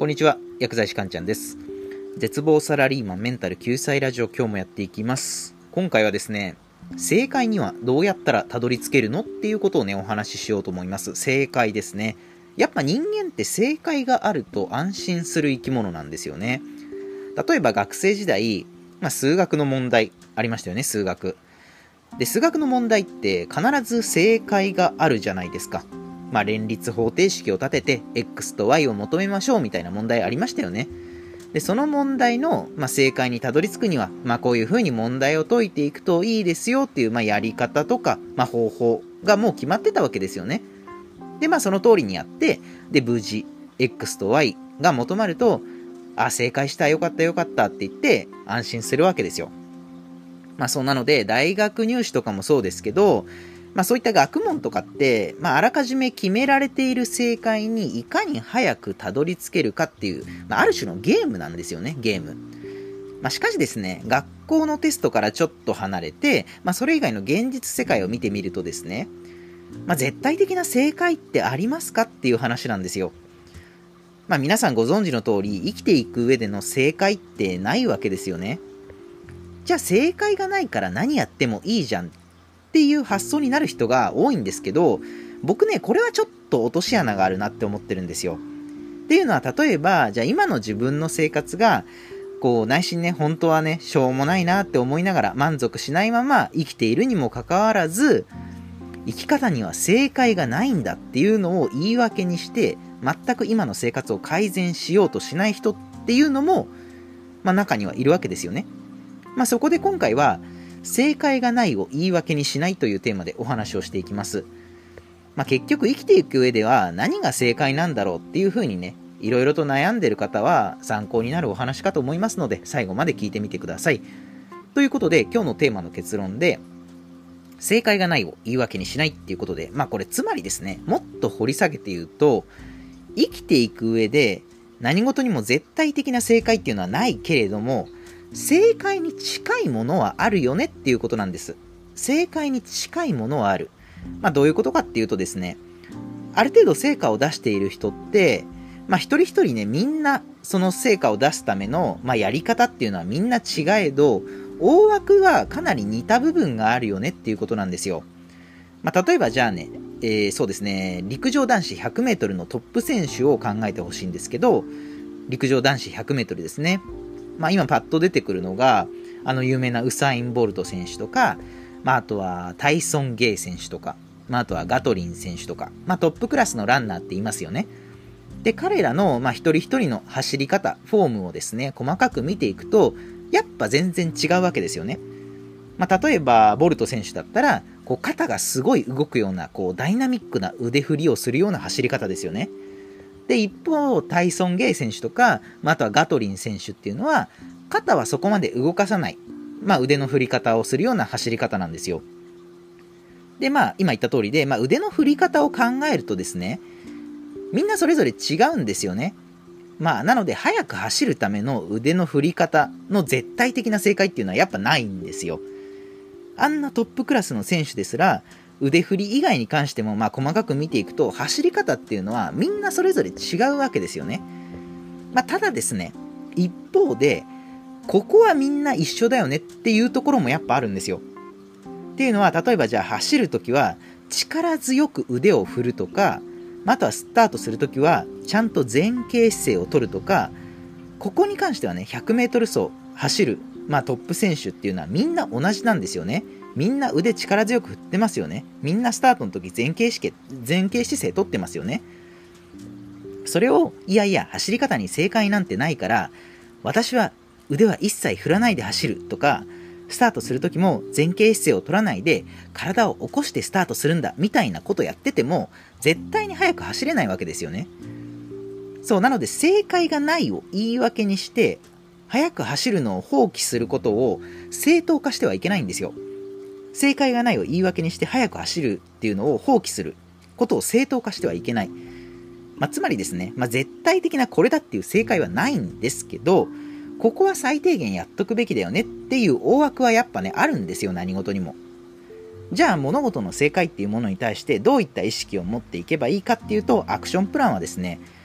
こんにちは、薬剤師かんちゃんです。絶望サラリーマンメンタル救済ラジオ、今日もやっていきます。今回はですね、正解にはどうやったらたどり着けるのっていうことをね、お話ししようと思います。正解ですね。やっぱ人間って正解があると安心する生き物なんですよね。例えば学生時代、数学の問題ありましたよね、数学。で、数学の問題って必ず正解があるじゃないですか。連立方程式を立てて X と Y を求めましょうみたいな問題ありましたよね。で、その問題の、正解にたどり着くには、こういう風に問題を解いていくといいですよっていう、やり方とか、方法がもう決まってたわけですよね。で、その通りにやって、で、無事 X と Y が求まると、正解した、よかったよかったって言って安心するわけですよ。そうなので、大学入試とかもそうですけど、そういった学問とかって、あらかじめ決められている正解にいかに早くたどり着けるかっていう、ある種のゲームなんですよね、ゲーム。しかしですね、学校のテストからちょっと離れて、それ以外の現実世界を見てみるとですね、絶対的な正解ってありますかっていう話なんですよ。皆さんご存知の通り、生きていく上での正解ってないわけですよね。じゃあ正解がないから何やってもいいじゃんっていう発想になる人が多いんですけど、僕ね、これはちょっと落とし穴があるなって思ってるんですよ。っていうのは、例えば、じゃあ今の自分の生活が、内心ね、本当はね、しょうもないなって思いながら満足しないまま生きているにもかかわらず、生き方には正解がないんだっていうのを言い訳にして、全く今の生活を改善しようとしない人っていうのも、中にはいるわけですよね。そこで今回は、正解がないを言い訳にしないというテーマでお話をしていきます。結局生きていく上では何が正解なんだろうっていう風にね、いろいろと悩んでる方は参考になるお話かと思いますので、最後まで聞いてみてください。ということで、今日のテーマの結論で、正解がないを言い訳にしないっていうことで、これつまりですね、もっと掘り下げて言うと、生きていく上で何事にも絶対的な正解っていうのはないけれども、正解に近いものはあるよねっていうことなんです。正解に近いものはある。どういうことかっていうとですね、ある程度成果を出している人って、一人一人ね、みんなその成果を出すための、やり方っていうのはみんな違えど、大枠はかなり似た部分があるよねっていうことなんですよ。例えばじゃあね、そうですね、陸上男子 100m のトップ選手を考えてほしいんですけど、陸上男子 100m ですね。今パッと出てくるのが、有名なウサイン・ボルト選手とか、あとはタイソン・ゲイ選手とか、あとはガトリン選手とか、トップクラスのランナーって言いますよね。で、彼らの、一人一人の走り方、フォームをですね、細かく見ていくと、やっぱ全然違うわけですよね。例えば、ボルト選手だったら、肩がすごい動くような、ダイナミックな腕振りをするような走り方ですよね。で、一方、タイソン・ゲイ選手とか、あとはガトリン選手っていうのは、肩はそこまで動かさない、腕の振り方をするような走り方なんですよ。で、今言った通りで、腕の振り方を考えるとですね、みんなそれぞれ違うんですよね。なので、速く走るための腕の振り方の絶対的な正解っていうのはやっぱないんですよ。あんなトップクラスの選手ですら、腕振り以外に関しても細かく見ていくと走り方っていうのはみんなそれぞれ違うわけですよね。ただですね、一方でここはみんな一緒だよねっていうところもやっぱあるんですよ。っていうのは、例えばじゃあ走るときは力強く腕を振るとか、あとはスタートするときはちゃんと前傾姿勢を取るとか、ここに関してはね、100m 走走るトップ選手っていうのはみんな同じなんですよね。みんな腕力強く振ってますよね。みんなスタートの時前傾姿勢取ってますよね。それを、いやいや走り方に正解なんてないから、私は腕は一切振らないで走るとか、スタートする時も前傾姿勢を取らないで体を起こしてスタートするんだみたいなことやってても絶対に速く走れないわけですよね。そう、なので正解がないを言い訳にして速く走るのを放棄することを正当化してはいけないんですよ。正解がないを言い訳にして速く走るっていうのを放棄することを正当化してはいけない。つまりですね、絶対的なこれだっていう正解はないんですけど、ここは最低限やっとくべきだよねっていう大枠はやっぱね、あるんですよ、何事にも。じゃあ物事の正解っていうものに対してどういった意識を持っていけばいいかっていうと、アクションプランはですね、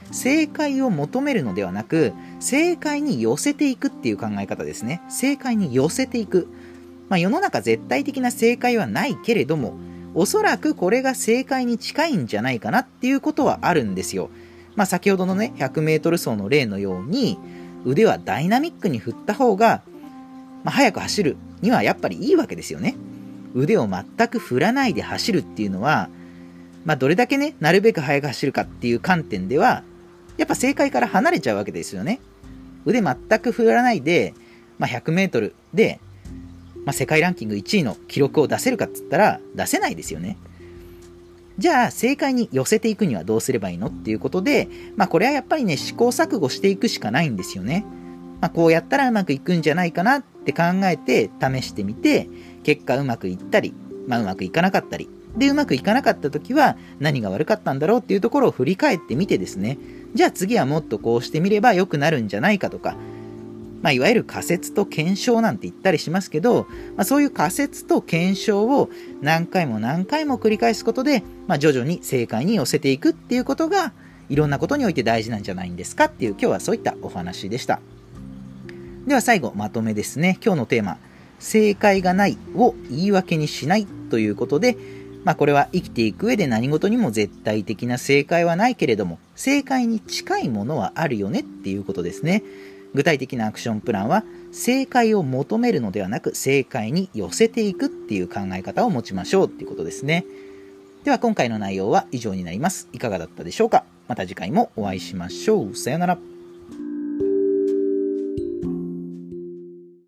正解を求めるのではなく、正解に寄せていくっていう考え方ですね。正解に寄せていく。世の中絶対的な正解はないけれども、おそらくこれが正解に近いんじゃないかなっていうことはあるんですよ。先ほどのね、100メートル走の例のように、腕はダイナミックに振った方が、速く走るにはやっぱりいいわけですよね。腕を全く振らないで走るっていうのは、どれだけね、なるべく速く走るかっていう観点では、やっぱ正解から離れちゃうわけですよね。腕全く振らないで、100メートルで、世界ランキング1位の記録を出せるかって言ったら出せないですよね。じゃあ正解に寄せていくにはどうすればいいのっていうことで、これはやっぱりね、試行錯誤していくしかないんですよね。こうやったらうまくいくんじゃないかなって考えて試してみて、結果うまくいったり、うまくいかなかったり、でうまくいかなかった時は何が悪かったんだろうっていうところを振り返ってみてですね、じゃあ次はもっとこうしてみれば良くなるんじゃないかとか、いわゆる仮説と検証なんて言ったりしますけど、そういう仮説と検証を何回も何回も繰り返すことで、徐々に正解に寄せていくっていうことがいろんなことにおいて大事なんじゃないんですかっていう、今日はそういったお話でした。では最後まとめですね。今日のテーマ、正解がないを言い訳にしないということで、これは生きていく上で何事にも絶対的な正解はないけれども、正解に近いものはあるよねっていうことですね。具体的なアクションプランは、正解を求めるのではなく、正解に寄せていくっていう考え方を持ちましょうっていうことですね。では今回の内容は以上になります。いかがだったでしょうか。また次回もお会いしましょう。さよなら。